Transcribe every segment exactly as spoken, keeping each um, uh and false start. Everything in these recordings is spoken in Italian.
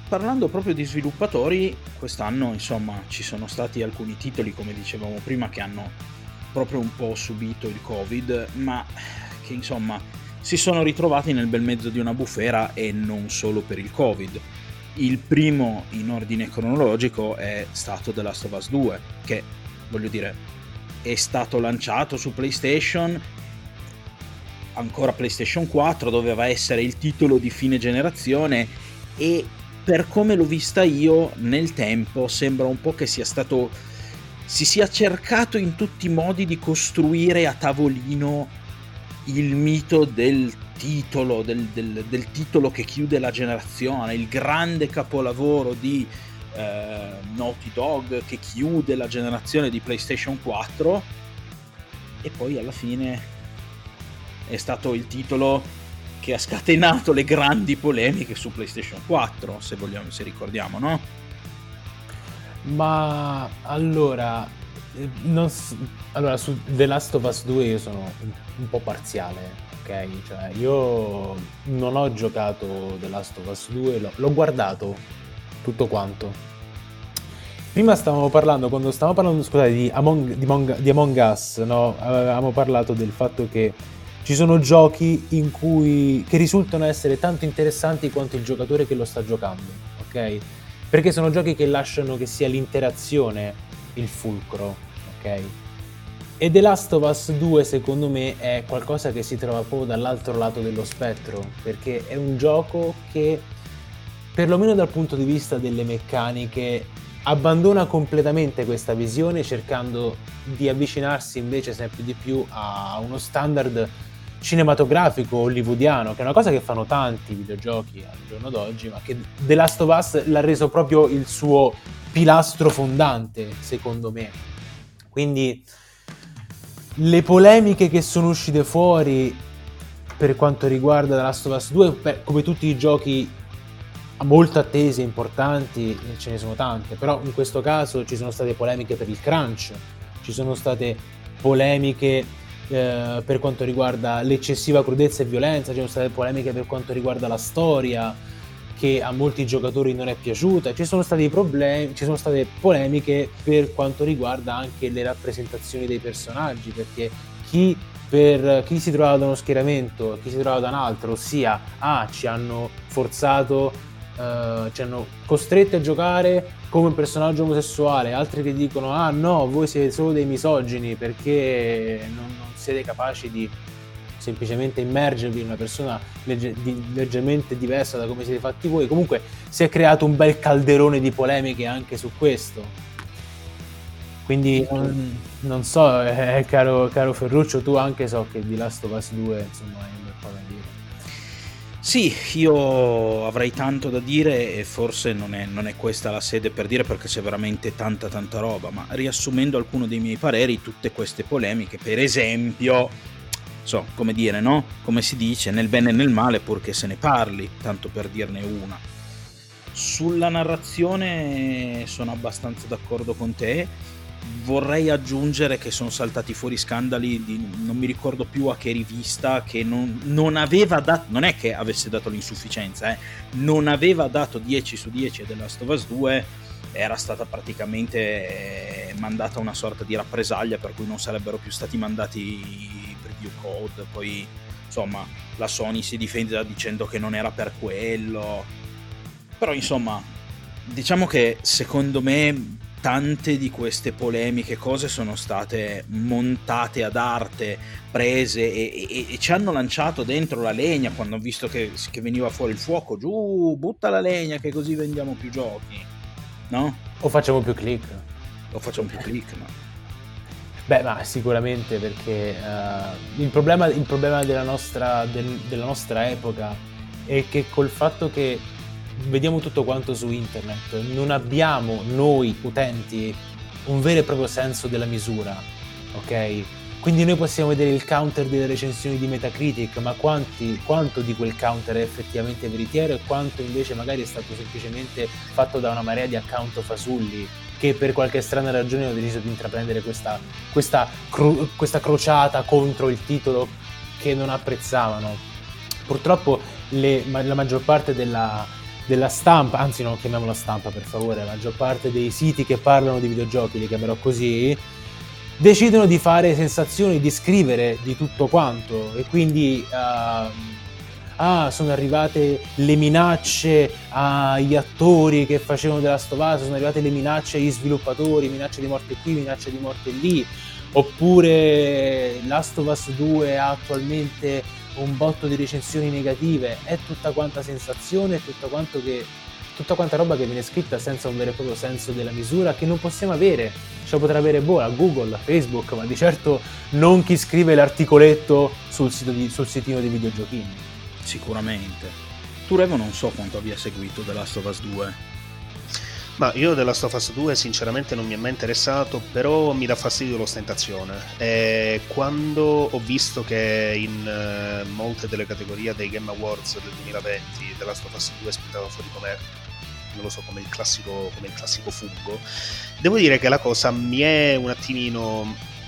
parlando proprio di sviluppatori, quest'anno insomma ci sono stati alcuni titoli, come dicevamo prima, che hanno proprio un po' subito il Covid, ma che insomma si sono ritrovati nel bel mezzo di una bufera, e non solo per il Covid. Il primo in ordine cronologico è stato The Last of Us due, che voglio dire è stato lanciato su PlayStation, ancora PlayStation quattro, doveva essere il titolo di fine generazione, e per come l'ho vista io nel tempo sembra un po' che sia stato si sia cercato in tutti i modi di costruire a tavolino il mito del titolo del, del, del titolo che chiude la generazione, il grande capolavoro di eh, Naughty Dog che chiude la generazione di PlayStation quattro, e poi alla fine è stato il titolo che ha scatenato le grandi polemiche su PlayStation quattro, se vogliamo, se ricordiamo, no? Ma allora, non s- allora su The Last of Us due io sono un, un po' parziale, ok? Cioè io non ho giocato The Last of Us due, l'ho, l'ho guardato tutto quanto. Prima stavamo parlando, quando stavamo parlando, scusate, di Among, di Among, di Among Us, no? Avevamo parlato del fatto che ci sono giochi in cui che risultano essere tanto interessanti quanto il giocatore che lo sta giocando, ok? Perché sono giochi che lasciano che sia l'interazione il fulcro, ok? E The Last of Us due secondo me è qualcosa che si trova proprio dall'altro lato dello spettro, perché è un gioco che, perlomeno dal punto di vista delle meccaniche, abbandona completamente questa visione, cercando di avvicinarsi invece sempre di più a uno standard cinematografico hollywoodiano, che è una cosa che fanno tanti videogiochi al giorno d'oggi, ma che The Last of Us l'ha reso proprio il suo pilastro fondante, secondo me. Quindi le polemiche che sono uscite fuori per quanto riguarda The Last of Us due, per, come tutti i giochi molto attesi e importanti, ce ne sono tante, però in questo caso ci sono state polemiche per il crunch, ci sono state polemiche eh, per quanto riguarda l'eccessiva crudezza e violenza, ci sono state polemiche per quanto riguarda la storia, che a molti giocatori non è piaciuta, ci sono stati problemi, ci sono state polemiche per quanto riguarda anche le rappresentazioni dei personaggi, perché chi per chi si trovava da uno schieramento e chi si trovava da un altro, ossia ah, ci hanno forzato Uh, ci hanno costretti a giocare come un personaggio omosessuale, altri che dicono ah no, voi siete solo dei misogini perché non, non siete capaci di semplicemente immergervi in una persona legge, di, leggermente diversa da come siete fatti voi. Comunque si è creato un bel calderone di polemiche anche su questo, quindi non, non so eh, caro, caro Ferruccio, tu anche so che di Last of Us due insomma hai un bel po' da dire. Sì, io avrei tanto da dire, e forse non è, non è questa la sede per dire, perché c'è veramente tanta tanta roba, ma riassumendo alcuni dei miei pareri, tutte queste polemiche, per esempio, so, come dire, no? Come si dice, nel bene e nel male, purché se ne parli, tanto per dirne una. Sulla narrazione sono abbastanza d'accordo con te. Vorrei aggiungere che sono saltati fuori scandali di non mi ricordo più a che rivista, che non, non aveva dato, non è che avesse dato l'insufficienza, eh, non aveva dato dieci su dieci a The Last of Us due, era stata praticamente eh, mandata una sorta di rappresaglia per cui non sarebbero più stati mandati i preview code. Poi insomma la Sony si difende dicendo che non era per quello, però insomma diciamo che secondo me tante di queste polemiche cose sono state montate ad arte, prese e, e, e ci hanno lanciato dentro la legna quando ho visto che, che veniva fuori il fuoco. Giù, butta la legna che così vendiamo più giochi, no? O facciamo più click. O facciamo più click, ma... Beh, ma sicuramente perché uh, il problema, il problema della nostra, del, della nostra epoca è che col fatto che vediamo tutto quanto su internet, non abbiamo noi utenti un vero e proprio senso della misura, ok? Quindi noi possiamo vedere il counter delle recensioni di Metacritic, ma quanti, quanto di quel counter è effettivamente veritiero e quanto invece magari è stato semplicemente fatto da una marea di account fasulli che per qualche strana ragione hanno deciso di intraprendere questa, questa, cro- questa crociata contro il titolo che non apprezzavano. Purtroppo le, la maggior parte della della stampa, anzi non chiamiamola stampa per favore, la maggior parte dei siti che parlano di videogiochi, li chiamerò così, decidono di fare sensazioni, di scrivere di tutto quanto, e quindi uh, ah, sono arrivate le minacce agli attori che facevano The Last of Us, sono arrivate le minacce agli sviluppatori, minacce di morte qui, minacce di morte lì, oppure Last of Us due ha attualmente un botto di recensioni negative. È tutta quanta sensazione, è tutta quanto che tutta quanta roba che viene scritta senza un vero e proprio senso della misura, che non possiamo avere. Ce lo potrà avere boh, la Google, la Facebook, ma di certo non chi scrive l'articoletto sul sito di, sul sitino dei videogiochini. Sicuramente. Tu, Revo, non so quanto abbia seguito The Last of Us due. Ma io The Last of Us due sinceramente non mi è mai interessato, però mi dà fastidio l'ostentazione. E quando ho visto che in uh, molte delle categorie dei Game Awards del duemilaventi The Last of Us due spuntava fuori come, non lo so, come il classico, come il classico fungo, devo dire che la cosa mi è un attimino...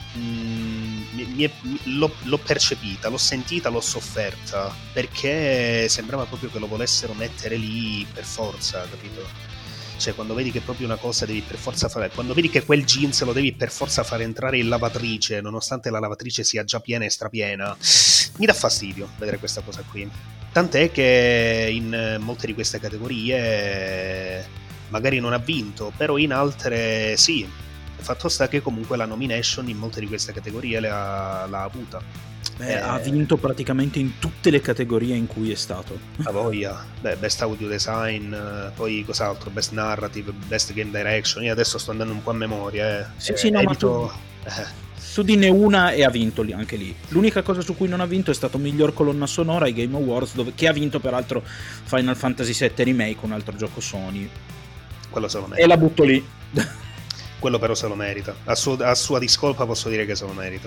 Mm, mi, mi è, l'ho, l'ho percepita, l'ho sentita, l'ho sofferta, perché sembrava proprio che lo volessero mettere lì per forza, capito? Cioè, quando vedi che proprio una cosa devi per forza fare, quando vedi che quel jeans lo devi per forza fare entrare in lavatrice, nonostante la lavatrice sia già piena e strapiena, mi dà fastidio vedere questa cosa qui. Tant'è che in molte di queste categorie magari non ha vinto, però in altre sì. Il fatto sta che comunque la nomination in molte di queste categorie l'ha, l'ha avuta. Beh, eh, ha vinto praticamente in tutte le categorie in cui è stato. A voglia. Beh, Best Audio Design, poi cos'altro? Best Narrative, Best Game Direction. Io adesso sto andando un po' a memoria. Eh. Sì, eh, sì, no, edito... ma tu, tu dinne una e ha vinto lì, anche lì. L'unica cosa su cui non ha vinto è stato miglior colonna sonora ai Game Awards, dove, che ha vinto peraltro Final Fantasy sette Remake, un altro gioco Sony. Quello se lo merita. E la butto lì. Quello però se lo merita. A, suo, a sua discolpa posso dire che se lo merita.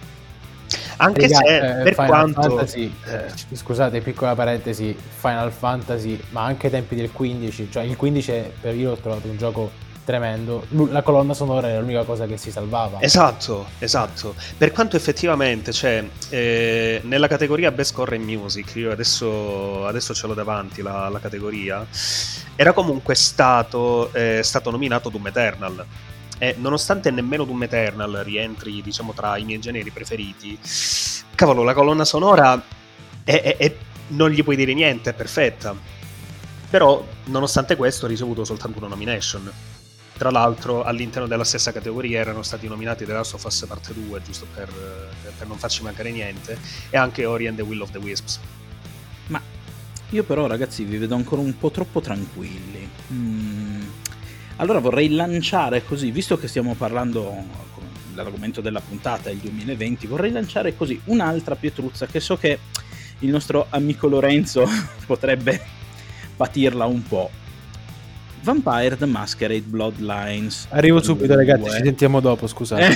Anche Regà, se eh, per Final quanto Fantasy, eh, scusate, piccola parentesi, Final Fantasy, ma anche ai tempi del quindici, cioè il quindici per io l'ho trovato un gioco tremendo, la colonna sonora era l'unica cosa che si salvava. Esatto, esatto. Per quanto effettivamente, cioè, eh, nella categoria Best Score in Music, io adesso, adesso ce l'ho davanti la, la categoria, era comunque stato, eh, stato nominato Doom Eternal. E nonostante nemmeno Doom Eternal rientri, diciamo, tra i miei generi preferiti, cavolo, la colonna sonora è, è, è, non gli puoi dire niente, è perfetta. Però, nonostante questo, ha ricevuto soltanto una nomination. Tra l'altro, all'interno della stessa categoria erano stati nominati The Last of Us Parte due, giusto per, per non farci mancare niente, e anche Ori and the Will of the Wisps. Ma io però, ragazzi, vi vedo ancora un po' troppo tranquilli. Mm. Allora vorrei lanciare così, visto che stiamo parlando, l'argomento della puntata è il duemilaventi, vorrei lanciare così un'altra pietruzza che so che il nostro amico Lorenzo potrebbe patirla un po'. Vampire the Masquerade Bloodlines. Arrivo subito, ragazzi, ci sentiamo dopo, scusate.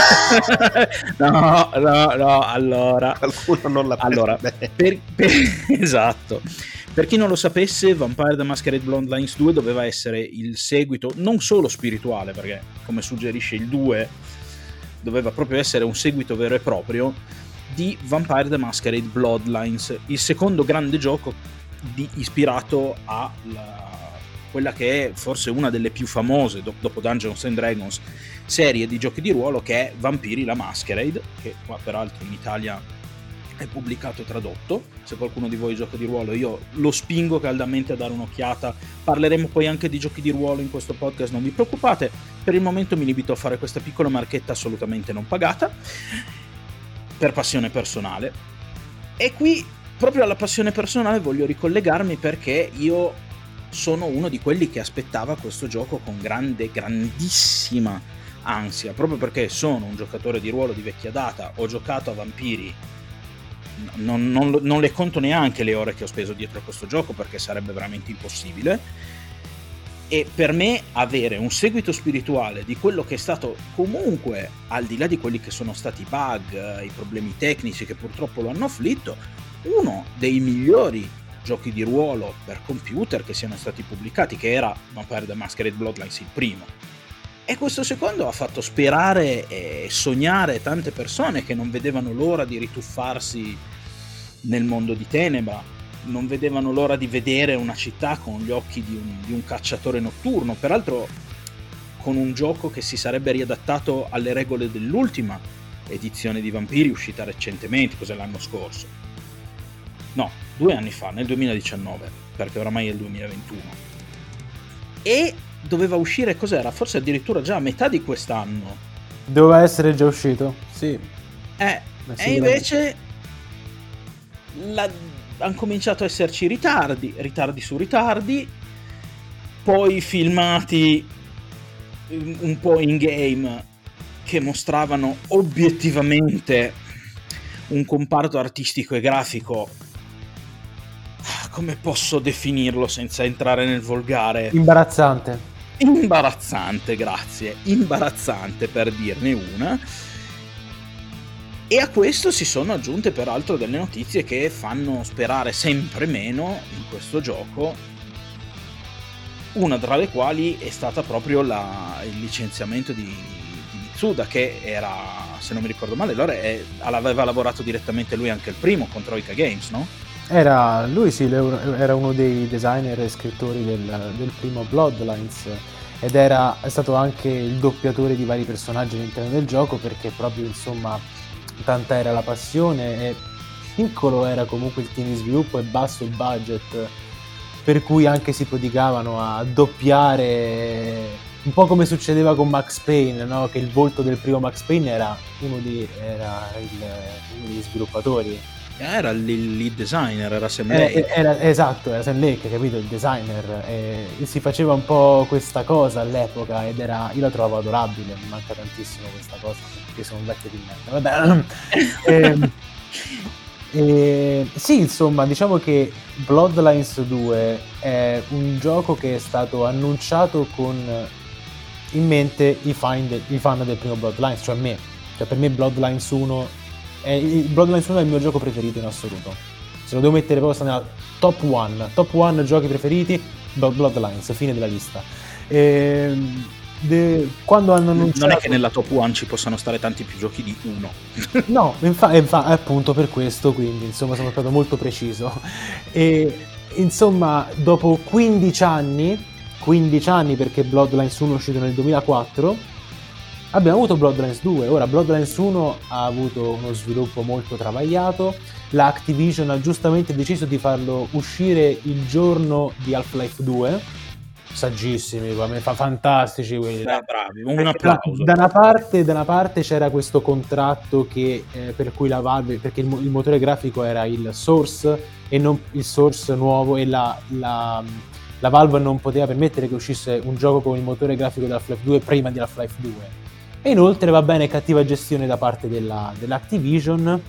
no, no, no, allora... Qualcuno non l'ha allora, per, per, esatto. Per chi non lo sapesse, Vampire the Masquerade Bloodlines due doveva essere il seguito, non solo spirituale, perché come suggerisce il due, doveva proprio essere un seguito vero e proprio di Vampire the Masquerade Bloodlines, il secondo grande gioco di, ispirato a la, quella che è forse una delle più famose, do, dopo Dungeons and Dragons, serie di giochi di ruolo, che è Vampiri la Masquerade, che qua peraltro in Italia è pubblicato e tradotto. Se qualcuno di voi gioca di ruolo, io lo spingo caldamente a dare un'occhiata. Parleremo poi anche di giochi di ruolo in questo podcast, non vi preoccupate. Per il momento mi limito a fare questa piccola marchetta assolutamente non pagata, per passione personale. E qui, proprio alla passione personale, voglio ricollegarmi, perché io sono uno di quelli che aspettava questo gioco con grande, grandissima ansia, proprio perché sono un giocatore di ruolo di vecchia data, ho giocato a Vampiri. Non, non, non le conto neanche le ore che ho speso dietro a questo gioco, perché sarebbe veramente impossibile, e per me avere un seguito spirituale di quello che è stato, comunque, al di là di quelli che sono stati i bug, i problemi tecnici che purtroppo lo hanno afflitto, uno dei migliori giochi di ruolo per computer che siano stati pubblicati, che era Vampire the Masquerade Bloodlines il primo, e questo secondo ha fatto sperare e sognare tante persone che non vedevano l'ora di rituffarsi nel mondo di Tenebra, non vedevano l'ora di vedere una città con gli occhi di un, di un cacciatore notturno, peraltro con un gioco che si sarebbe riadattato alle regole dell'ultima edizione di Vampiri uscita recentemente, cos'è, l'anno scorso? No, due anni fa, nel duemiladiciannove, perché oramai è il duemilaventuno. E doveva uscire, cos'era? Forse addirittura già a metà di quest'anno. Doveva essere già uscito, sì. Eh, e invece la, hanno cominciato a esserci ritardi, ritardi su ritardi, poi filmati un po' in game che mostravano obiettivamente un comparto artistico e grafico, come posso definirlo senza entrare nel volgare? Imbarazzante. Imbarazzante, grazie. Imbarazzante, per dirne una. E a questo si sono aggiunte peraltro delle notizie che fanno sperare sempre meno in questo gioco, una tra le quali è stata proprio la, il licenziamento di, di Mitsuda, che era, se non mi ricordo male, allora è, aveva lavorato direttamente lui anche il primo con Troika Games, no? Era lui, sì, era uno dei designer e scrittori del, del primo Bloodlines, ed era è stato anche il doppiatore di vari personaggi all'interno del gioco, perché proprio, insomma, tanta era la passione e piccolo era comunque il team di sviluppo e basso il budget, per cui anche si prodigavano a doppiare, un po' come succedeva con Max Payne, no? Che il volto del primo Max Payne era uno, di, era il, uno degli sviluppatori. Era il lead designer, era Sam Lake. Era, era, esatto, era Sam Lake, capito, il designer. E, e si faceva un po' questa cosa all'epoca ed era, io la trovavo adorabile, mi manca tantissimo questa cosa, perché sono un vecchio di merda. Vabbè. e, e, sì, insomma, diciamo che Bloodlines due è un gioco che è stato annunciato con in mente i fan, de, i fan del primo Bloodlines, cioè me. Cioè per me Bloodlines uno è, il Bloodlines uno è il mio gioco preferito in assoluto. Se lo devo mettere proprio nella top one, top one giochi preferiti, Bloodlines, fine della lista. E, de, quando hanno annunciato... Non è che nella top one ci possano stare tanti più giochi di uno. No, infatti, infa, appunto per questo, quindi insomma sono stato molto preciso. E insomma, dopo quindici anni, quindici anni perché Bloodlines uno è uscito nel duemilaquattro, abbiamo avuto Bloodlines due. Ora Bloodlines uno ha avuto uno sviluppo molto travagliato, la Activision ha giustamente deciso di farlo uscire il giorno di Half-Life due, saggissimi, fa fantastici quelli. Beh, bravi, un applauso. Da, da una parte, da una parte c'era questo contratto che eh, per cui la Valve, perché il, il motore grafico era il Source e non il Source nuovo, e la, la, la Valve non poteva permettere che uscisse un gioco con il motore grafico di Half-Life due prima di Half-Life due. E inoltre va bene cattiva gestione da parte della, dell'Activision.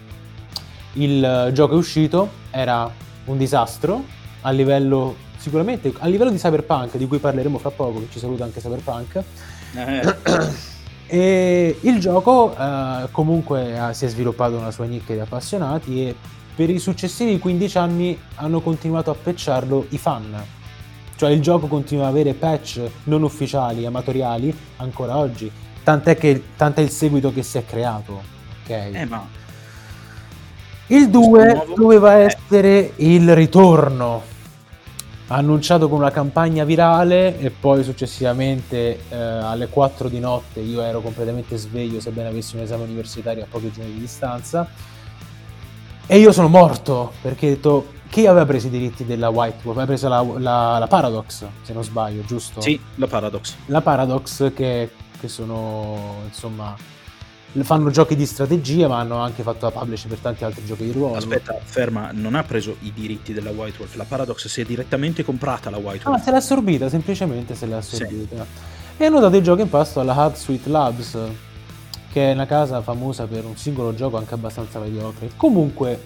Il gioco è uscito, era un disastro a livello, sicuramente a livello di Cyberpunk, di cui parleremo fra poco, che ci saluta anche Cyberpunk. Eh. E il gioco eh, comunque eh, si è sviluppato una sua nicchia di appassionati e per i successivi quindici anni hanno continuato a patcharlo i fan. Cioè il gioco continua ad avere patch non ufficiali, amatoriali, ancora oggi. Tant'è che tant'è il seguito che si è creato, ok? Eh, ma... Il due nuovo... doveva essere eh. il ritorno, annunciato con una campagna virale, e poi successivamente eh, alle quattro di notte io ero completamente sveglio, sebbene avessi un esame universitario a pochi giorni di distanza, e io sono morto perché ho detto: chi aveva preso i diritti della White Wolf? Aveva preso la, la, la Paradox, se non sbaglio, giusto? Sì, la Paradox. La Paradox che che sono, insomma, fanno giochi di strategia, ma hanno anche fatto la publish per tanti altri giochi di ruolo. Aspetta, ferma, non ha preso i diritti della White Wolf, la Paradox si è direttamente comprata la White Wolf. Ah, se l'ha assorbita, semplicemente se l'ha assorbita. Sì. E hanno dato il gioco in pasto alla Hardsuite Labs, che è una casa famosa per un singolo gioco anche abbastanza mediocre. Comunque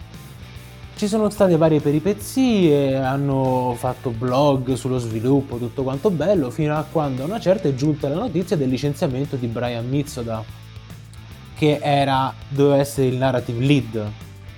ci sono state varie peripezie, hanno fatto blog sullo sviluppo, tutto quanto bello, fino a quando a una certa è giunta la notizia del licenziamento di Brian Mitsoda, che era doveva essere il narrative lead.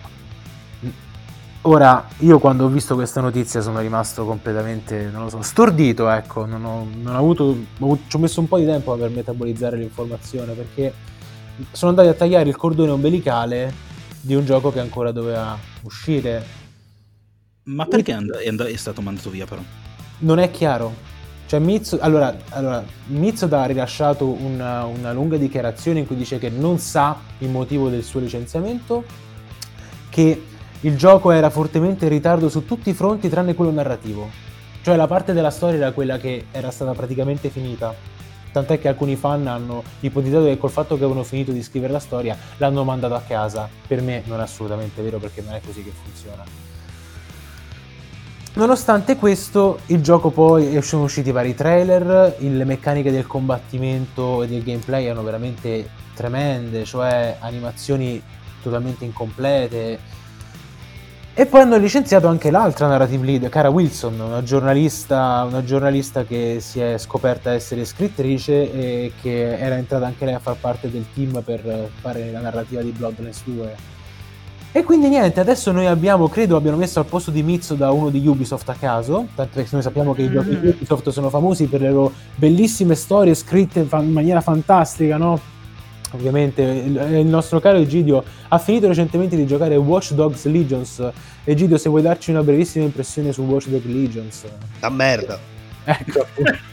Ora, io quando ho visto questa notizia sono rimasto completamente, non lo so, stordito, ecco, non ho, non ho avuto, ci ho messo un po' di tempo per metabolizzare l'informazione, perché sono andati a tagliare il cordone ombelicale di un gioco che ancora doveva uscire. Ma perché è, and- è, and- è stato mandato via però? Non è chiaro. Cioè Mitsu, allora, allora Mitsuda ha rilasciato una, una lunga dichiarazione in cui dice che non sa il motivo del suo licenziamento, che il gioco era fortemente in ritardo su tutti i fronti tranne quello narrativo. Cioè la parte della storia era quella che era stata praticamente finita. Tant'è che alcuni fan hanno ipotizzato che col fatto che avevano finito di scrivere la storia l'hanno mandato a casa. Per me non è assolutamente vero, perché non è così che funziona. Nonostante questo, il gioco poi sono usciti vari trailer, le meccaniche del combattimento e del gameplay erano veramente tremende, cioè animazioni totalmente incomplete. E poi hanno licenziato anche l'altra narrative lead, Cara Wilson, una giornalista, una giornalista che si è scoperta essere scrittrice e che era entrata anche lei a far parte del team per fare la narrativa di Bloodlines due. E quindi niente, adesso noi abbiamo, credo abbiano messo al posto di Mitsuda uno di Ubisoft a caso, tanto che noi sappiamo che i giochi di Ubisoft sono famosi per le loro bellissime storie scritte in maniera fantastica, no? Ovviamente il nostro caro Egidio ha finito recentemente di giocare Watch Dogs Legions. Egidio, se vuoi darci una brevissima impressione su Watch Dogs Legions. Da merda. Ecco.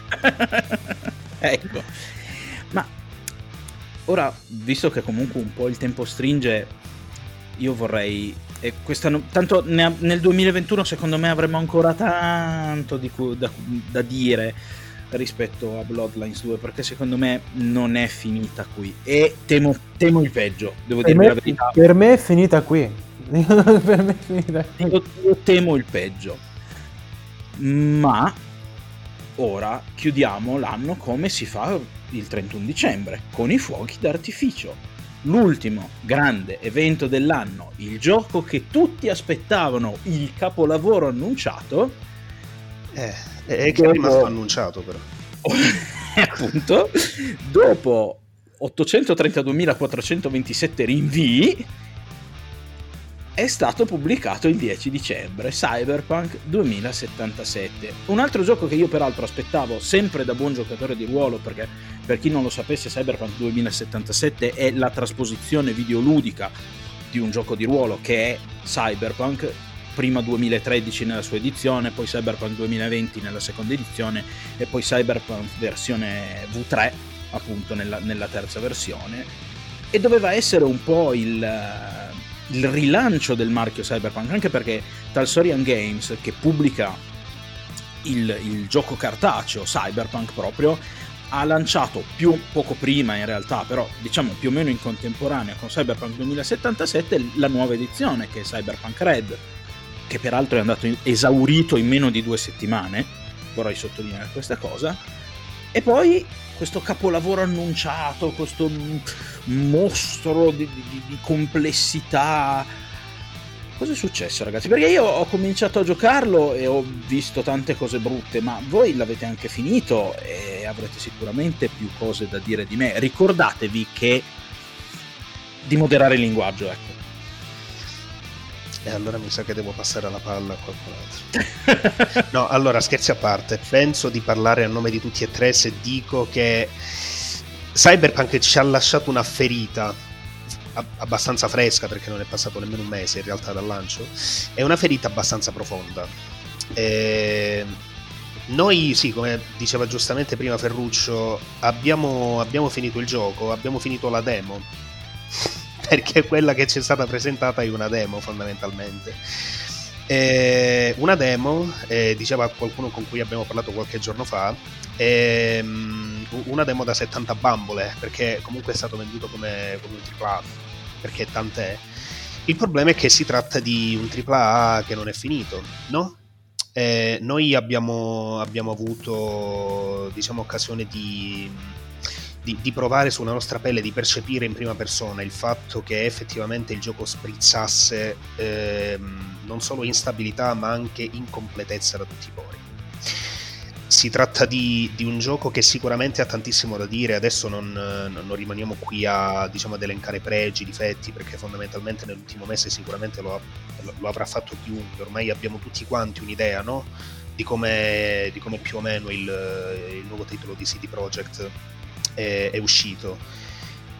Ecco. Ma ora, visto che comunque un po' il tempo stringe, io vorrei, e quest'anno, tanto ne, nel duemilaventuno secondo me avremo ancora tanto di cu, da, da dire rispetto a Bloodlines due, perché secondo me non è finita qui e temo, temo il peggio, devo per dirvi me, la verità. Per me è finita qui. Per me è finita qui. Io, io temo il peggio, ma ora chiudiamo l'anno come si fa il trentuno dicembre, con i fuochi d'artificio. L'ultimo grande evento dell'anno, il gioco che tutti aspettavano, il capolavoro annunciato, eh, è che dopo... è rimasto annunciato però. Appunto, dopo ottocentotrentaduemilaquattrocentoventisette rinvii, è stato pubblicato il dieci dicembre, Cyberpunk duemilasettantasette. Un altro gioco che io peraltro aspettavo sempre da buon giocatore di ruolo, perché per chi non lo sapesse Cyberpunk duemilasettantasette è la trasposizione videoludica di un gioco di ruolo che è Cyberpunk, prima duemilatredici nella sua edizione, poi Cyberpunk duemilaventi nella seconda edizione e poi Cyberpunk versione V tre appunto nella, nella terza versione, e doveva essere un po' il... il rilancio del marchio Cyberpunk, anche perché Talsorian Games, che pubblica il, il gioco cartaceo Cyberpunk proprio, ha lanciato più poco prima in realtà, però diciamo più o meno in contemporanea con Cyberpunk duemilasettantasette la nuova edizione, che è Cyberpunk Red, che peraltro è andato in, esaurito in meno di due settimane, vorrei sottolineare questa cosa. E poi questo capolavoro annunciato, questo mostro di, di, di complessità. Cosa è successo, ragazzi? Perché io ho cominciato a giocarlo e ho visto tante cose brutte, ma voi l'avete anche finito e avrete sicuramente più cose da dire di me. Ricordatevi che di moderare il linguaggio, ecco. E allora mi sa che devo passare alla palla a qualcun altro. No, allora, scherzi a parte, penso di parlare a nome di tutti e tre se dico che Cyberpunk ci ha lasciato una ferita abbastanza fresca, perché non è passato nemmeno un mese in realtà dal lancio. È una ferita abbastanza profonda. E noi, sì, come diceva giustamente prima Ferruccio, abbiamo, abbiamo finito il gioco, abbiamo finito la demo, perché quella che ci è stata presentata è una demo fondamentalmente. Eh, una demo, eh, diceva qualcuno con cui abbiamo parlato qualche giorno fa, eh, una demo da settanta bambole, perché comunque è stato venduto come, come un tripla A, perché tant'è. Il problema è che si tratta di un tripla A che non è finito, no? Eh, noi abbiamo, abbiamo avuto, diciamo, occasione di... Di, di provare sulla nostra pelle, di percepire in prima persona il fatto che effettivamente il gioco sprizzasse ehm, non solo instabilità ma anche incompletezza da tutti i pori. Si tratta di, di un gioco che sicuramente ha tantissimo da dire. Adesso non, non rimaniamo qui a, diciamo, ad elencare pregi, difetti, perché fondamentalmente nell'ultimo mese sicuramente lo, lo avrà fatto chiunque. Ormai abbiamo tutti quanti un'idea, no? Di come, di come più o meno il, il nuovo titolo di C D Projekt è, è uscito.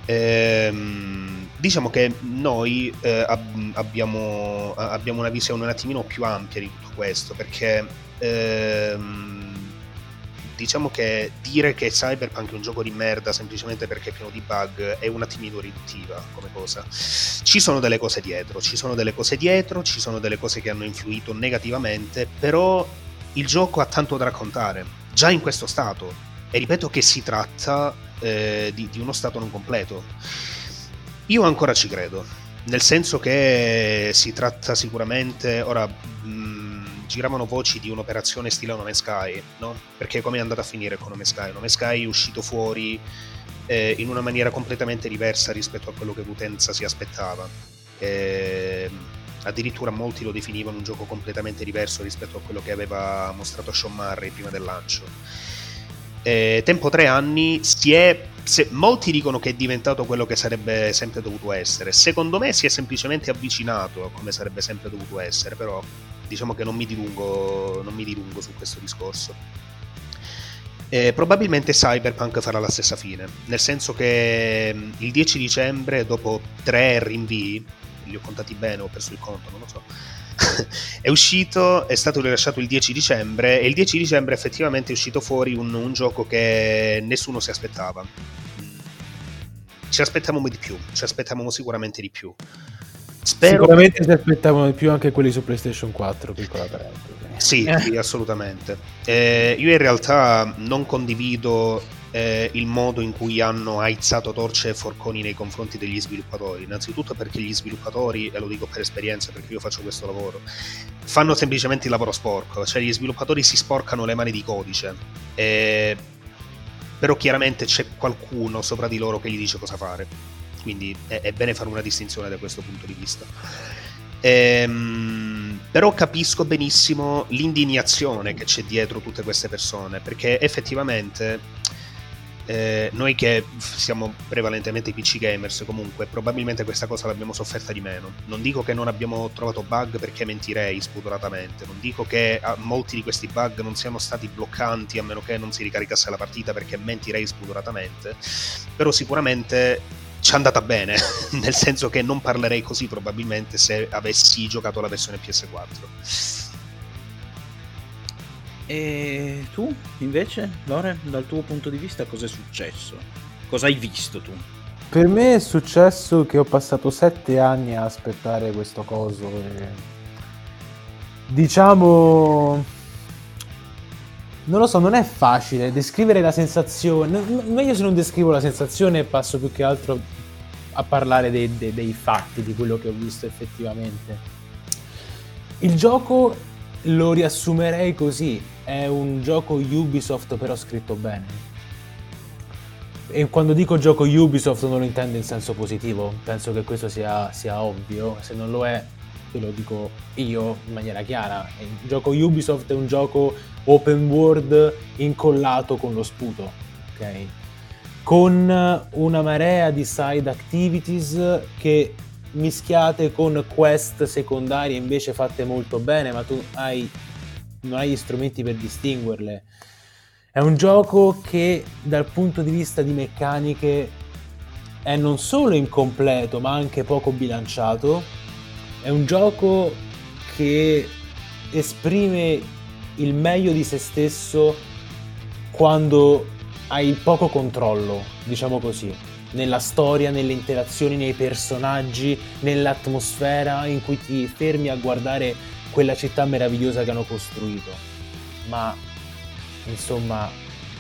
Ehm, diciamo che noi eh, ab- abbiamo, abbiamo una visione un attimino più ampia di tutto questo, perché ehm, diciamo che dire che Cyberpunk è un gioco di merda semplicemente perché è pieno di bug è un attimino riduttiva come cosa. Ci sono delle cose dietro, ci sono delle cose dietro, ci sono delle cose che hanno influito negativamente, però il gioco ha tanto da raccontare, già in questo stato, e ripeto che si tratta eh, di, di uno stato non completo. Io ancora ci credo, nel senso che si tratta sicuramente, ora mh, giravano voci di un'operazione stile No Man's Sky, no? Perché come è andata a finire con No Man's Sky? No Man's Sky è uscito fuori eh, in una maniera completamente diversa rispetto a quello che l'utenza si aspettava. Eh, addirittura molti lo definivano un gioco completamente diverso rispetto a quello che aveva mostrato Sean Murray prima del lancio. Eh, tempo tre anni si è se, molti dicono che è diventato quello che sarebbe sempre dovuto essere. Secondo me si è semplicemente avvicinato a come sarebbe sempre dovuto essere, però diciamo che non mi dilungo, non mi dilungo su questo discorso. Eh, probabilmente Cyberpunk farà la stessa fine, nel senso che il dieci dicembre, dopo tre rinvii, li ho contati bene, ho perso il conto, non lo so, è uscito, è stato rilasciato il dieci dicembre, e il dieci dicembre effettivamente è uscito fuori un, un gioco che nessuno si aspettava. Ci aspettavamo di più, ci aspettavamo sicuramente di più. Spero sicuramente che... si aspettavano di più anche quelli su PlayStation quattro, piccola parentesi. Sì, sì, assolutamente. Eh, io in realtà non condivido eh, il modo in cui hanno aizzato torce e forconi nei confronti degli sviluppatori. Innanzitutto perché gli sviluppatori, e lo dico per esperienza perché io faccio questo lavoro, fanno semplicemente il lavoro sporco, cioè gli sviluppatori si sporcano le mani di codice, eh, però chiaramente c'è qualcuno sopra di loro che gli dice cosa fare, quindi è, è bene fare una distinzione da questo punto di vista. Ehm, però capisco benissimo l'indignazione che c'è dietro tutte queste persone, perché effettivamente eh, noi che siamo prevalentemente P C gamers comunque probabilmente questa cosa l'abbiamo sofferta di meno. Non dico che non abbiamo trovato bug, perché mentirei spudoratamente, non dico che ah, molti di questi bug non siano stati bloccanti a meno che non si ricaricasse la partita, perché mentirei spudoratamente, però sicuramente ci è andata bene, nel senso che non parlerei così probabilmente se avessi giocato la versione P S quattro. E tu invece, Lore, dal tuo punto di vista cosa è successo? Cosa hai visto tu? Per me è successo che ho passato sette anni a aspettare questo coso e... diciamo... non lo so, non è facile descrivere la sensazione. Meglio se non descrivo la sensazione e passo più che altro a parlare dei, dei, dei fatti, di quello che ho visto effettivamente. Il gioco lo riassumerei così: è un gioco Ubisoft però scritto bene. E quando dico gioco Ubisoft non lo intendo in senso positivo, penso che questo sia, sia ovvio. Se non lo è, te lo dico io in maniera chiara. Il gioco Ubisoft è un gioco open world incollato con lo sputo, ok? Con una marea di side activities che mischiate con quest secondarie invece fatte molto bene, ma tu hai, non hai gli strumenti per distinguerle. È un gioco che dal punto di vista di meccaniche è non solo incompleto ma anche poco bilanciato. È un gioco che esprime il meglio di se stesso quando hai poco controllo, diciamo così, nella storia, nelle interazioni, nei personaggi, nell'atmosfera in cui ti fermi a guardare quella città meravigliosa che hanno costruito. Ma insomma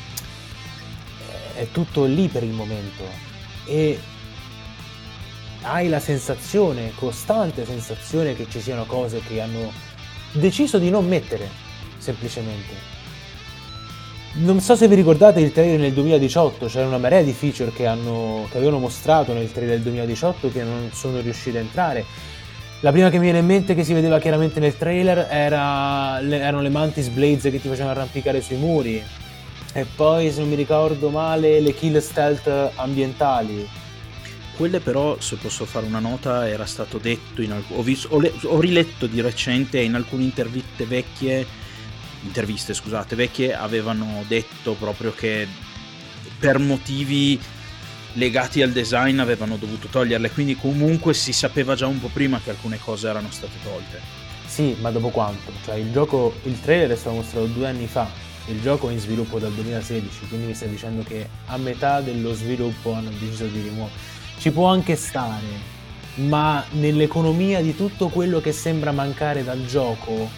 è tutto lì per il momento e hai la sensazione, costante sensazione, che ci siano cose che hanno deciso di non mettere, semplicemente. Non so se vi ricordate il trailer nel duemiladiciotto, c'era una marea di feature che, hanno, che avevano mostrato nel trailer del duemiladiciotto che non sono riuscite a entrare. La prima che mi viene in mente, che si vedeva chiaramente nel trailer, era, erano le Mantis Blades che ti facevano arrampicare sui muri, e poi, se non mi ricordo male, le kill stealth ambientali. Quelle però, se posso fare una nota, era stato detto in alc- ho, visto, ho, le- ho riletto di recente in alcune interviste vecchie interviste scusate vecchie avevano detto proprio che per motivi legati al design avevano dovuto toglierle, quindi comunque si sapeva già un po' prima che alcune cose erano state tolte. Sì, ma dopo quanto? Cioè il gioco, il trailer è stato mostrato due anni fa, il gioco è in sviluppo dal duemilasedici, quindi mi stai dicendo che a metà dello sviluppo hanno deciso di rimuovere. Ci può anche stare, ma nell'economia di tutto quello che sembra mancare dal gioco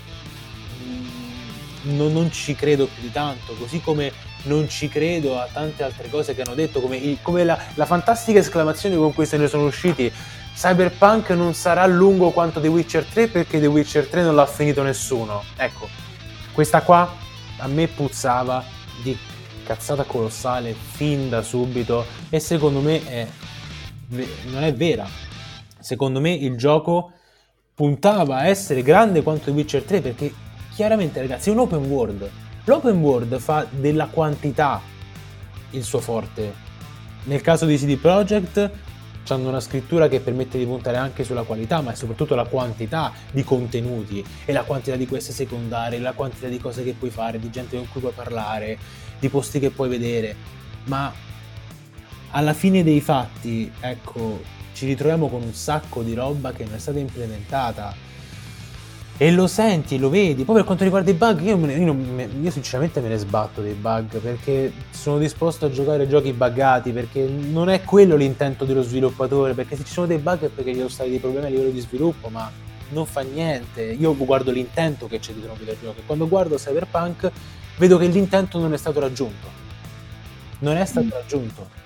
non, non ci credo più di tanto, così come non ci credo a tante altre cose che hanno detto, come, il, come la, la fantastica esclamazione con cui se ne sono usciti: Cyberpunk non sarà lungo quanto The Witcher tre perché The Witcher tre non l'ha finito nessuno. Ecco, questa qua a me puzzava di cazzata colossale fin da subito, e secondo me è, non è vera. Secondo me il gioco puntava a essere grande quanto The Witcher tre, perché chiaramente, ragazzi, è un open world. L'open world fa della quantità il suo forte. Nel caso di C D Projekt hanno una scrittura che permette di puntare anche sulla qualità, ma è soprattutto la quantità di contenuti e la quantità di queste secondarie, la quantità di cose che puoi fare, di gente con cui puoi parlare, di posti che puoi vedere. Ma alla fine dei fatti, ecco, ci ritroviamo con un sacco di roba che non è stata implementata. E lo senti, lo vedi. Poi per quanto riguarda i bug, io, me ne, io, non, io sinceramente me ne sbatto dei bug, perché sono disposto a giocare giochi buggati, perché non è quello l'intento dello sviluppatore, perché se ci sono dei bug è perché gli sono stati dei problemi a livello di sviluppo, ma non fa niente. Io guardo l'intento che c'è dietro un videogioco, e quando guardo Cyberpunk vedo che l'intento non è stato raggiunto. Non è stato mm. raggiunto.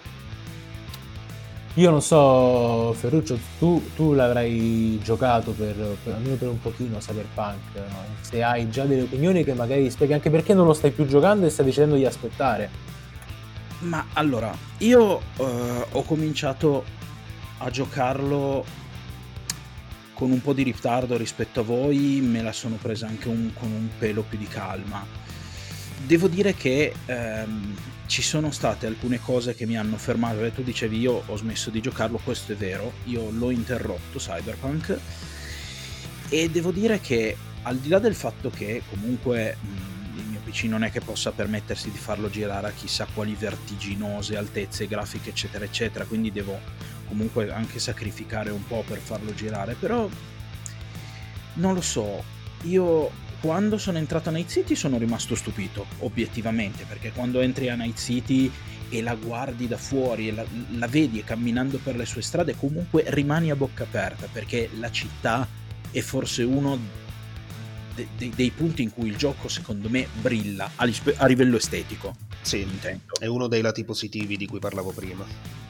Io non so, Ferruccio, tu, tu l'avrai giocato per, per almeno per un pochino Cyberpunk, no? Se hai già delle opinioni che magari spieghi anche perché non lo stai più giocando e stai decidendo di aspettare. Ma allora, io uh, ho cominciato a giocarlo con un po' di ritardo rispetto a voi, me la sono presa anche un, con un pelo più di calma. Devo dire che ehm, ci sono state alcune cose che mi hanno fermato. Tu dicevi io ho smesso di giocarlo, questo è vero, io l'ho interrotto Cyberpunk, e devo dire che al di là del fatto che comunque mh, il mio P C non è che possa permettersi di farlo girare a chissà quali vertiginose altezze grafiche eccetera eccetera, quindi devo comunque anche sacrificare un po' per farlo girare, però non lo so, io quando sono entrato a Night City sono rimasto stupito, obiettivamente, perché quando entri a Night City e la guardi da fuori e la, la vedi camminando per le sue strade, comunque rimani a bocca aperta, perché la città è forse uno de, de, dei punti in cui il gioco secondo me brilla a, a livello estetico. Sì, intendo. È uno dei lati positivi di cui parlavo prima.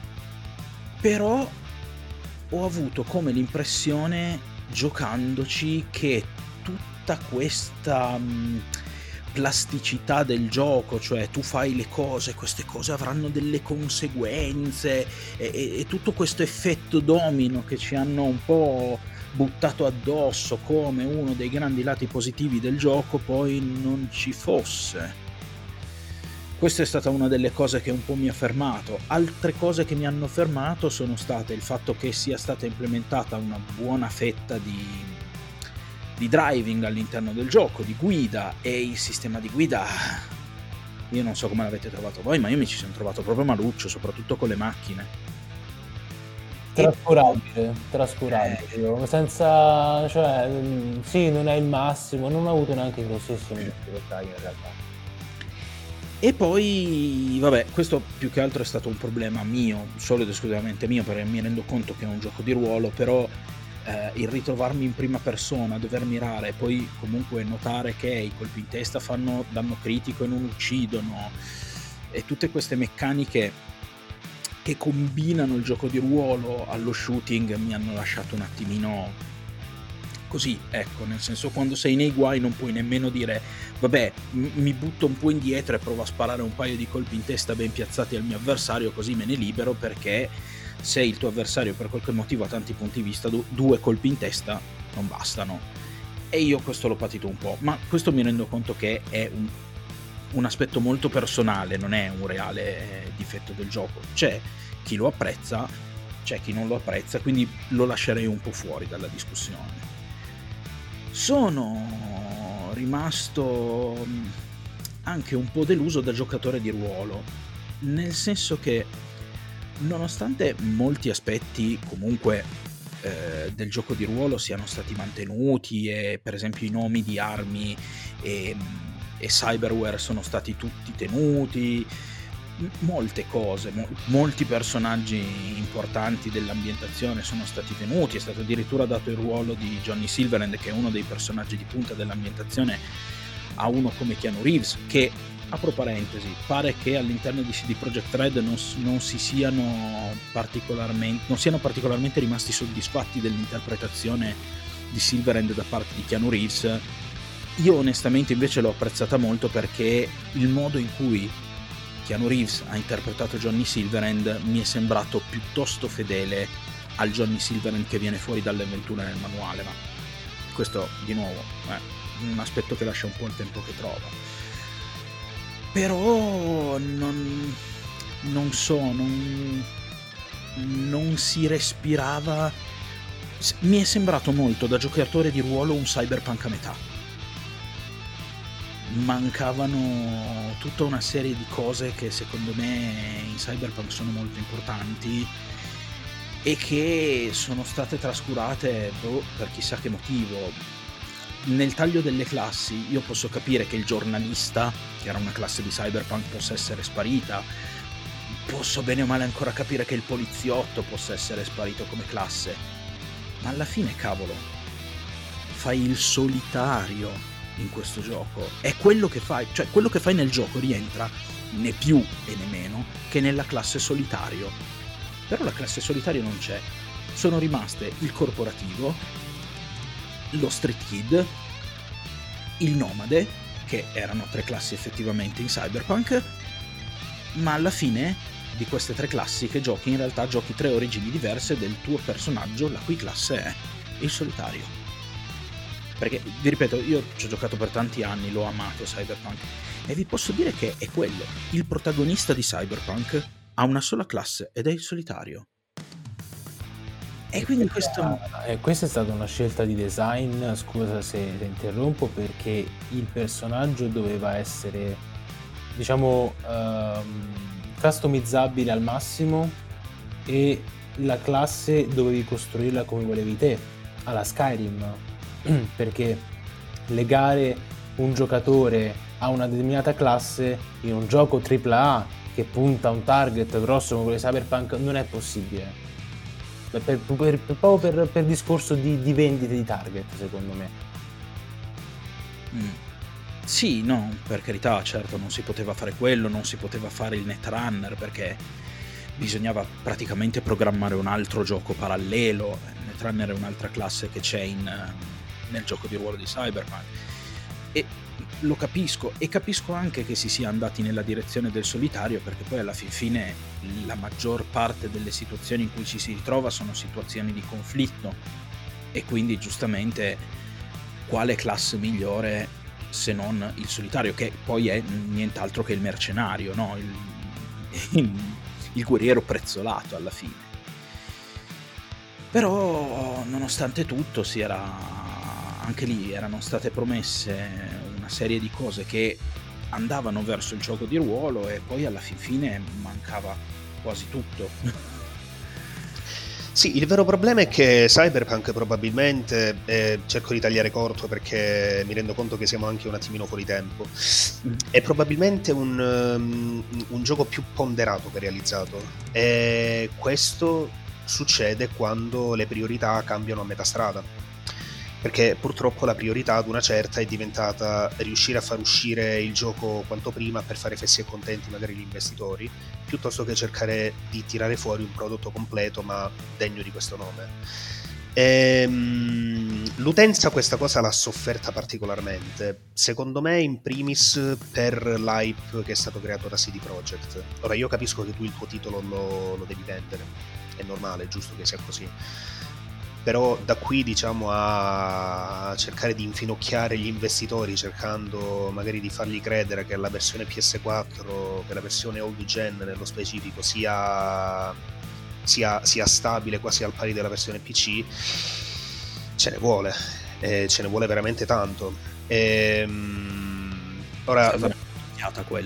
Però ho avuto come l'impressione, giocandoci, che tutta questa mh, plasticità del gioco, cioè tu fai le cose, queste cose avranno delle conseguenze, e, e, e tutto questo effetto domino che ci hanno un po' buttato addosso come uno dei grandi lati positivi del gioco, poi non ci fosse. Questa è stata una delle cose che un po' mi ha fermato. Altre cose che mi hanno fermato sono state il fatto che sia stata implementata una buona fetta di di driving all'interno del gioco, di guida, e il sistema di guida, io non so come l'avete trovato voi, ma io mi ci sono trovato proprio maluccio, soprattutto con le macchine. Trascurabile, trascurabile, eh. senza, cioè, sì, non è il massimo, non ho avuto neanche grossissimi difficoltà in realtà. E poi, vabbè, questo più che altro è stato un problema mio, solo ed esclusivamente mio, perché mi rendo conto che è un gioco di ruolo, però Eh, il ritrovarmi in prima persona, dover mirare e poi comunque notare che i colpi in testa fanno danno critico e non uccidono, e tutte queste meccaniche che combinano il gioco di ruolo allo shooting mi hanno lasciato un attimino così, ecco, nel senso, quando sei nei guai non puoi nemmeno dire vabbè, m- mi butto un po' indietro e provo a sparare un paio di colpi in testa ben piazzati al mio avversario, così me ne libero, perché se il tuo avversario per qualche motivo ha tanti punti di vista, due colpi in testa non bastano. E io questo l'ho patito un po', ma questo mi rendo conto che è un, un aspetto molto personale, non è un reale difetto del gioco. C'è chi lo apprezza, c'è chi non lo apprezza, quindi lo lascerei un po' fuori dalla discussione. Sono rimasto anche un po' deluso da giocatore di ruolo, nel senso che nonostante molti aspetti comunque eh, del gioco di ruolo siano stati mantenuti, e per esempio i nomi di armi e, e cyberware sono stati tutti tenuti, molte cose, mo- molti personaggi importanti dell'ambientazione sono stati tenuti, è stato addirittura dato il ruolo di Johnny Silverhand, che è uno dei personaggi di punta dell'ambientazione, a uno come Keanu Reeves, che, apro parentesi, pare che all'interno di C D Projekt Red non, non si siano particolarmente non siano particolarmente rimasti soddisfatti dell'interpretazione di Silverhand da parte di Keanu Reeves. Io onestamente invece l'ho apprezzata molto, perché il modo in cui Keanu Reeves ha interpretato Johnny Silverhand mi è sembrato piuttosto fedele al Johnny Silverhand che viene fuori dalle avventure nel manuale, ma questo di nuovo è un aspetto che lascia un po' il tempo che trova. Però non, non so, non, non si respirava, mi è sembrato molto da giocatore di ruolo un cyberpunk a metà. Mancavano tutta una serie di cose che secondo me in cyberpunk sono molto importanti e che sono state trascurate boh, per chissà che motivo. Nel taglio delle classi io posso capire che il giornalista, che era una classe di cyberpunk, possa essere sparita, posso bene o male ancora capire che il poliziotto possa essere sparito come classe, ma alla fine, cavolo, fai il solitario in questo gioco, è quello che fai, cioè quello che fai nel gioco rientra né più e né meno che nella classe solitario. Però la classe solitario non c'è, sono rimaste il corporativo, lo street kid, il nomade, che erano tre classi effettivamente in cyberpunk, ma alla fine di queste tre classi che giochi in realtà giochi tre origini diverse del tuo personaggio, la cui classe è il solitario. Perché vi ripeto, io ci ho giocato per tanti anni, l'ho amato cyberpunk, e vi posso dire che è quello, il protagonista di cyberpunk ha una sola classe ed è il solitario. E quindi questo... Eh, questa è stata una scelta di design, scusa se ti interrompo, perché il personaggio doveva essere, diciamo, um, customizzabile al massimo, e la classe dovevi costruirla come volevi te, alla Skyrim, perché legare un giocatore a una determinata classe in un gioco tripla A che punta a un target grosso come quello di Cyberpunk non è possibile. Per, per, per, proprio per, per discorso di, di vendite di target, secondo me. Mm. Sì, no, per carità, certo, non si poteva fare quello, non si poteva fare il Netrunner, perché bisognava praticamente programmare un altro gioco parallelo. Netrunner è un'altra classe che c'è in, nel gioco di ruolo di Cyberpunk, e lo capisco, e capisco anche che si sia andati nella direzione del solitario, perché poi alla fin fine la maggior parte delle situazioni in cui ci si ritrova sono situazioni di conflitto, e quindi giustamente quale classe migliore se non il solitario, che poi è nient'altro che il mercenario, no? il, il, il guerriero prezzolato alla fine. Però nonostante tutto si era anche lì erano state promesse una serie di cose che andavano verso il gioco di ruolo, e poi alla fin fine mancava quasi tutto. Sì, il vero problema è che Cyberpunk probabilmente, eh, cerco di tagliare corto perché mi rendo conto che siamo anche un attimino fuori tempo, è probabilmente un, um, un gioco più ponderato che realizzato, e questo succede quando le priorità cambiano a metà strada, perché purtroppo la priorità ad una certa è diventata riuscire a far uscire il gioco quanto prima per fare fessi e contenti magari gli investitori, piuttosto che cercare di tirare fuori un prodotto completo ma degno di questo nome. Ehm, l'utenza questa cosa l'ha sofferta particolarmente, secondo me in primis per l'hype che è stato creato da C D Projekt. Ora io capisco che tu il tuo titolo lo, lo devi vendere, è normale, è giusto che sia così, però da qui diciamo a cercare di infinocchiare gli investitori cercando magari di fargli credere che la versione P S quattro, che la versione old gen nello specifico sia, sia, sia stabile quasi al pari della versione P C, ce ne vuole, eh, ce ne vuole veramente tanto. E, ora è veramente quella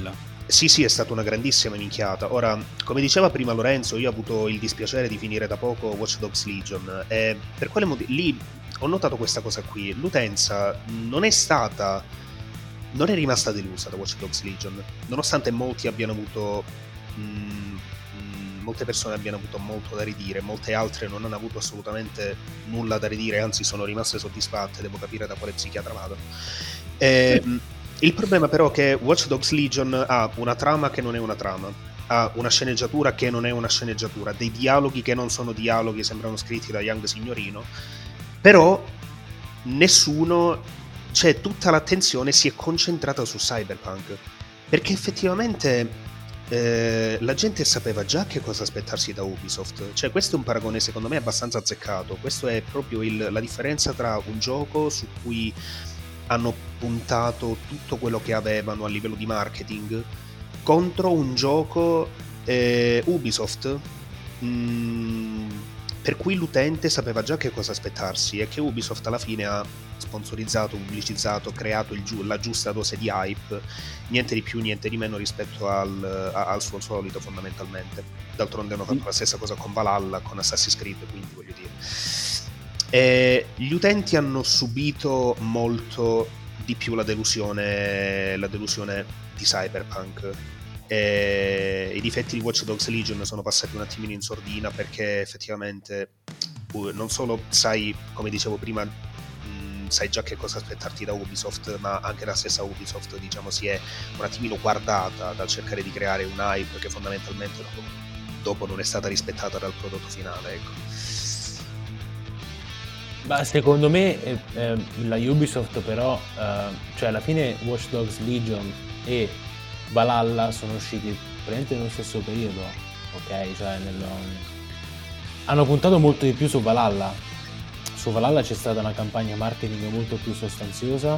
Sì, sì, è stata una grandissima minchiata. Ora, come diceva prima Lorenzo, io ho avuto il dispiacere di finire da poco Watch Dogs Legion e per quale motivo lì ho notato questa cosa qui. L'utenza non è stata non è rimasta delusa da Watch Dogs Legion, nonostante molti abbiano avuto mh, mh, molte persone abbiano avuto molto da ridire, molte altre non hanno avuto assolutamente nulla da ridire, anzi sono rimaste soddisfatte, devo capire da quale psichiatra vado. E, sì. Il problema però è che Watch Dogs Legion ha una trama che non è una trama, ha una sceneggiatura che non è una sceneggiatura, dei dialoghi che non sono dialoghi, sembrano scritti da Young Signorino, però nessuno, cioè tutta l'attenzione si è concentrata su Cyberpunk, perché effettivamente eh, la gente sapeva già che cosa aspettarsi da Ubisoft. Cioè questo è un paragone secondo me abbastanza azzeccato, questo è proprio il, la differenza tra un gioco su cui hanno puntato tutto quello che avevano a livello di marketing contro un gioco eh, Ubisoft mh, per cui l'utente sapeva già che cosa aspettarsi, e che Ubisoft alla fine ha sponsorizzato, pubblicizzato, creato il giu- la giusta dose di hype, niente di più, niente di meno rispetto al, a- al suo solito fondamentalmente. D'altronde hanno fatto la stessa cosa con Valhalla, con Assassin's Creed, quindi voglio dire e gli utenti hanno subito molto di più la delusione la delusione di Cyberpunk, e i difetti di Watch Dogs Legion sono passati un attimino in sordina, perché effettivamente uh, non solo sai, come dicevo prima, mh, sai già che cosa aspettarti da Ubisoft, ma anche la stessa Ubisoft, diciamo, si è un attimino guardata dal cercare di creare un hype che fondamentalmente dopo, dopo non è stata rispettata dal prodotto finale, ecco. Ma secondo me eh, eh, la Ubisoft però, eh, cioè alla fine Watch Dogs Legion e Valhalla sono usciti praticamente nello stesso periodo, ok? Cioè nello... hanno puntato molto di più su Valhalla. Su Valhalla c'è stata una campagna marketing molto più sostanziosa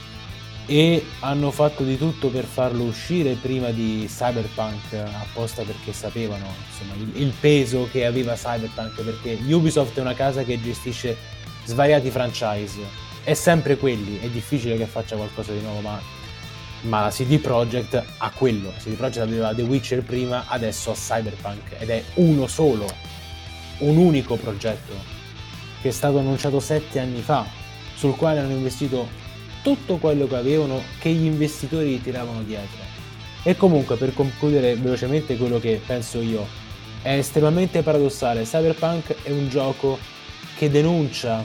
e hanno fatto di tutto per farlo uscire prima di Cyberpunk, apposta perché sapevano insomma il, il peso che aveva Cyberpunk, perché Ubisoft è una casa che gestisce svariati franchise, è sempre quelli, è difficile che faccia qualcosa di nuovo, ma, ma la C D Projekt ha quello. La C D Projekt aveva The Witcher prima, adesso ha Cyberpunk, ed è uno solo, un unico progetto che è stato annunciato sette anni fa, sul quale hanno investito tutto quello che avevano, che gli investitori tiravano dietro. E comunque, per concludere velocemente quello che penso io, è estremamente paradossale. Cyberpunk è un gioco che denuncia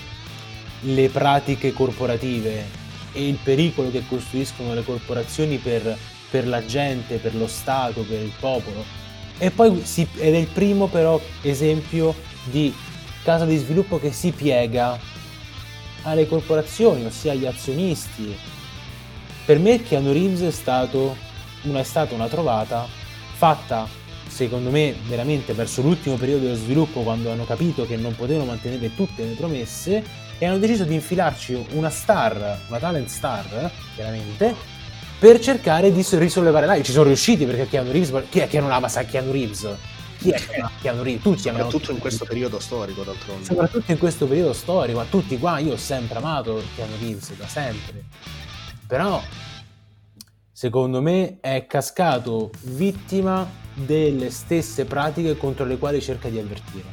le pratiche corporative e il pericolo che costruiscono le corporazioni per, per la gente, per lo Stato, per il popolo. E poi si, ed è il primo però esempio di casa di sviluppo che si piega alle corporazioni, ossia agli azionisti. Per me Keanu Reeves è stato una, è stata una trovata fatta, secondo me, veramente verso l'ultimo periodo dello sviluppo, quando hanno capito che non potevano mantenere tutte le promesse e hanno deciso di infilarci una star, una talent star, chiaramente, per cercare di risollevare l'area. Ci sono riusciti, perché Keanu Reeves, chi è che non ama sa Keanu Reeves? Chi è che non ama Keanu Reeves? Tutti amano, soprattutto in questo periodo storico, d'altronde. Soprattutto in questo periodo storico, a tutti qua, io ho sempre amato Keanu Reeves, da sempre. Però, secondo me, è cascato vittima delle stesse pratiche contro le quali cerca di avvertire.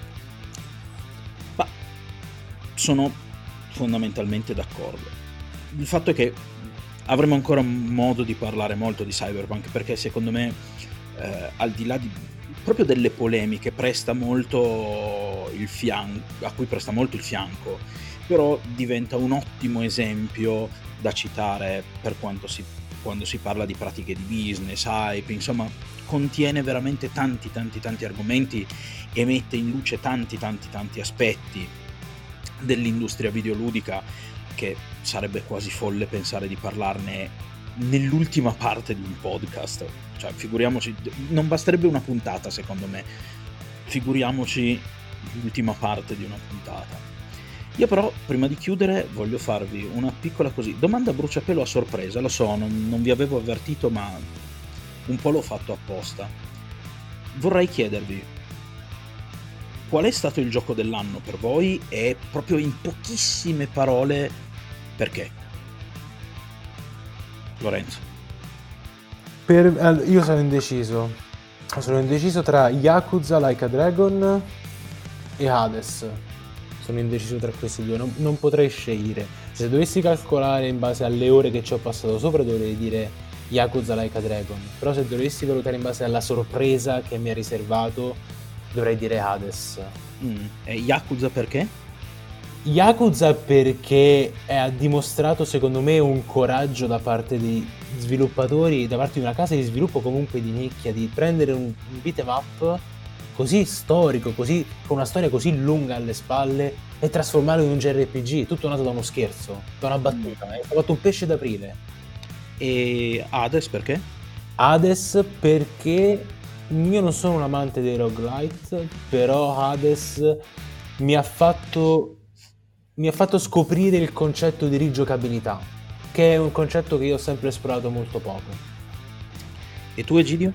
Ma sono fondamentalmente d'accordo. Il fatto è che avremo ancora modo di parlare molto di Cyberpunk, perché secondo me eh, al di là di proprio delle polemiche presta molto il fianco, a cui presta molto il fianco, però diventa un ottimo esempio da citare per quanto si quando si parla di pratiche di business, hype, insomma contiene veramente tanti tanti tanti argomenti e mette in luce tanti tanti tanti aspetti dell'industria videoludica che sarebbe quasi folle pensare di parlarne nell'ultima parte di un podcast. Cioè, figuriamoci, non basterebbe una puntata secondo me, figuriamoci l'ultima parte di una puntata. Io però, prima di chiudere, voglio farvi una piccola così, domanda a bruciapelo a sorpresa, lo so, non, non vi avevo avvertito, ma un po' l'ho fatto apposta. Vorrei chiedervi, qual è stato il gioco dell'anno per voi e proprio in pochissime parole perché? Lorenzo. per, io sono indeciso. Sono indeciso tra Yakuza Like a Dragon e Hades. Sono indeciso tra questi due, non, non potrei scegliere. Se dovessi calcolare in base alle ore che ci ho passato sopra, dovrei dire Yakuza Like a Dragon. Però se dovessi valutare in base alla sorpresa che mi ha riservato, dovrei dire Hades. Mm. E Yakuza perché? Yakuza perché ha dimostrato secondo me un coraggio da parte dei sviluppatori, da parte di una casa di sviluppo comunque di nicchia, di prendere un, un beat'em up così storico, così, con una storia così lunga alle spalle e trasformarlo in un J R P G, tutto nato da uno scherzo, da una battuta. Mm. È fatto un pesce d'aprile. E Hades perché? Hades perché io non sono un amante dei roguelite, però Hades mi ha fatto mi ha fatto scoprire il concetto di rigiocabilità, che è un concetto che io ho sempre esplorato molto poco. E tu, Egidio?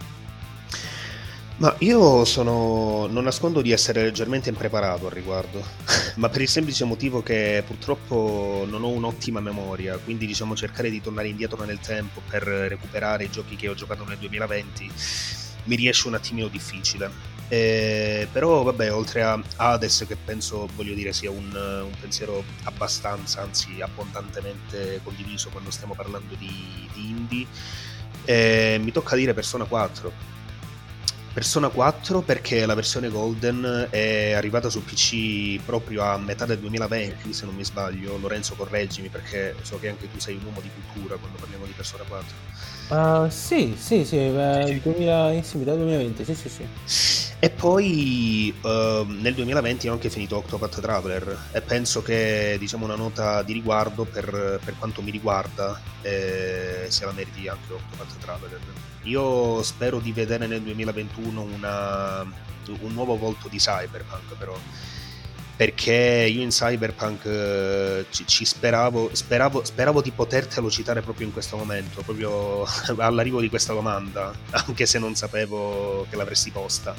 Ma io sono, non nascondo di essere leggermente impreparato al riguardo, ma per il semplice motivo che purtroppo non ho un'ottima memoria, quindi diciamo cercare di tornare indietro nel tempo per recuperare i giochi che ho giocato nel duemilaventi mi riesce un attimino difficile. Eh, però vabbè, oltre a Hades, che penso, voglio dire, sia un, un pensiero abbastanza, anzi abbondantemente condiviso quando stiamo parlando di, di indie, eh, mi tocca dire Persona quattro. Persona quattro perché la versione Golden è arrivata su P C proprio a metà del duemilaventi, se non mi sbaglio. Lorenzo, correggimi, perché so che anche tu sei un uomo di cultura quando parliamo di Persona quattro. Uh, sì, sì, sì, beh, sì, sì. duemila, sì, metà duemilaventi, sì, sì, sì. E poi uh, nel duemilaventi ho anche finito Octopath Traveler e penso che, diciamo, una nota di riguardo per, per quanto mi riguarda eh, se la meriti anche Octopath Traveler. Io spero di vedere nel duemilaventuno una, un nuovo volto di Cyberpunk, però, perché io in Cyberpunk eh, ci, ci speravo, speravo speravo di potertelo citare proprio in questo momento, proprio all'arrivo di questa domanda, anche se non sapevo che l'avresti posta,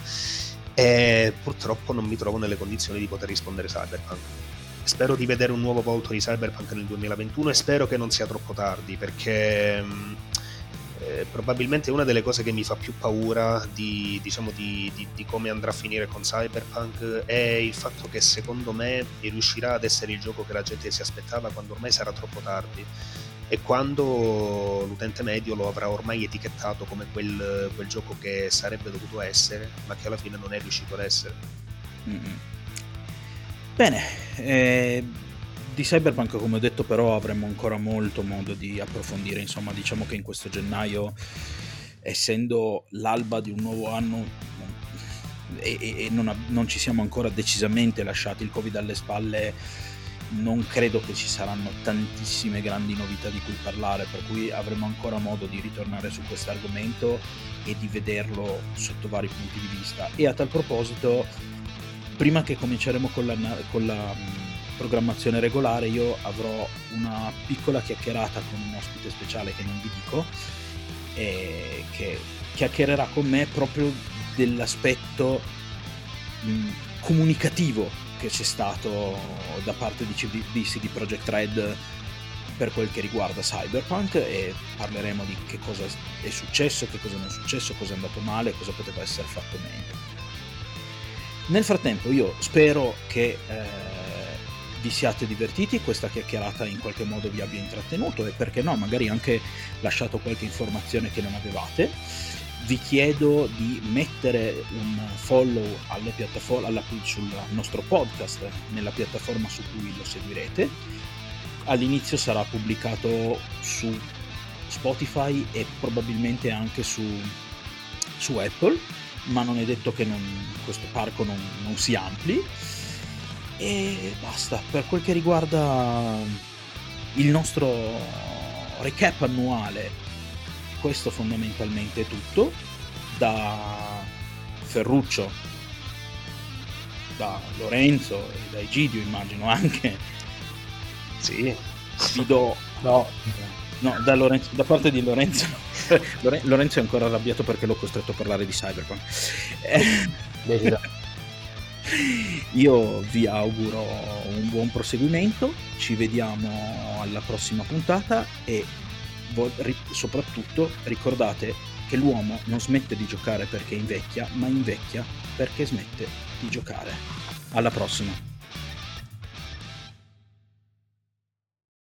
e purtroppo non mi trovo nelle condizioni di poter rispondere Cyberpunk. Spero di vedere un nuovo volto di Cyberpunk nel duemilaventuno e spero che non sia troppo tardi, perché Eh, probabilmente una delle cose che mi fa più paura di, diciamo, di, di, di come andrà a finire con Cyberpunk è il fatto che secondo me riuscirà ad essere il gioco che la gente si aspettava quando ormai sarà troppo tardi e quando l'utente medio lo avrà ormai etichettato come quel, quel gioco che sarebbe dovuto essere, ma che alla fine non è riuscito ad essere. Mm-hmm. Bene, eh... di Cyberpunk, come ho detto, però avremo ancora molto modo di approfondire. Insomma, diciamo che in questo gennaio, essendo l'alba di un nuovo anno e, e non, non ci siamo ancora decisamente lasciati il Covid alle spalle, non credo che ci saranno tantissime grandi novità di cui parlare, per cui avremo ancora modo di ritornare su questo argomento e di vederlo sotto vari punti di vista. E a tal proposito, prima che cominceremo con la, con la programmazione regolare, io avrò una piccola chiacchierata con un ospite speciale che non vi dico, e che chiacchiererà con me proprio dell'aspetto mh, comunicativo che c'è stato da parte di, C D Projekt Red per quel che riguarda Cyberpunk, e parleremo di che cosa è successo, che cosa non è successo, cosa è andato male, cosa poteva essere fatto meglio. Nel frattempo io spero che eh, vi siate divertiti, questa chiacchierata in qualche modo vi abbia intrattenuto e, perché no, magari anche lasciato qualche informazione che non avevate. Vi chiedo di mettere un follow alle piattaforme, alla, sul nostro podcast nella piattaforma su cui lo seguirete. All'inizio sarà pubblicato su Spotify e probabilmente anche su, su Apple, ma non è detto che non, questo parco non, non si ampli. E basta, per quel che riguarda il nostro recap annuale, questo fondamentalmente è tutto. Da Ferruccio, da Lorenzo e da Egidio, immagino anche. Sì. Vi do no, no da, Lorenzo, da parte di Lorenzo Lorenzo è ancora arrabbiato perché l'ho costretto a parlare di Cyberpunk. Io vi auguro un buon proseguimento, ci vediamo alla prossima puntata e vo- ri- soprattutto ricordate che l'uomo non smette di giocare perché invecchia, ma invecchia perché smette di giocare. Alla prossima!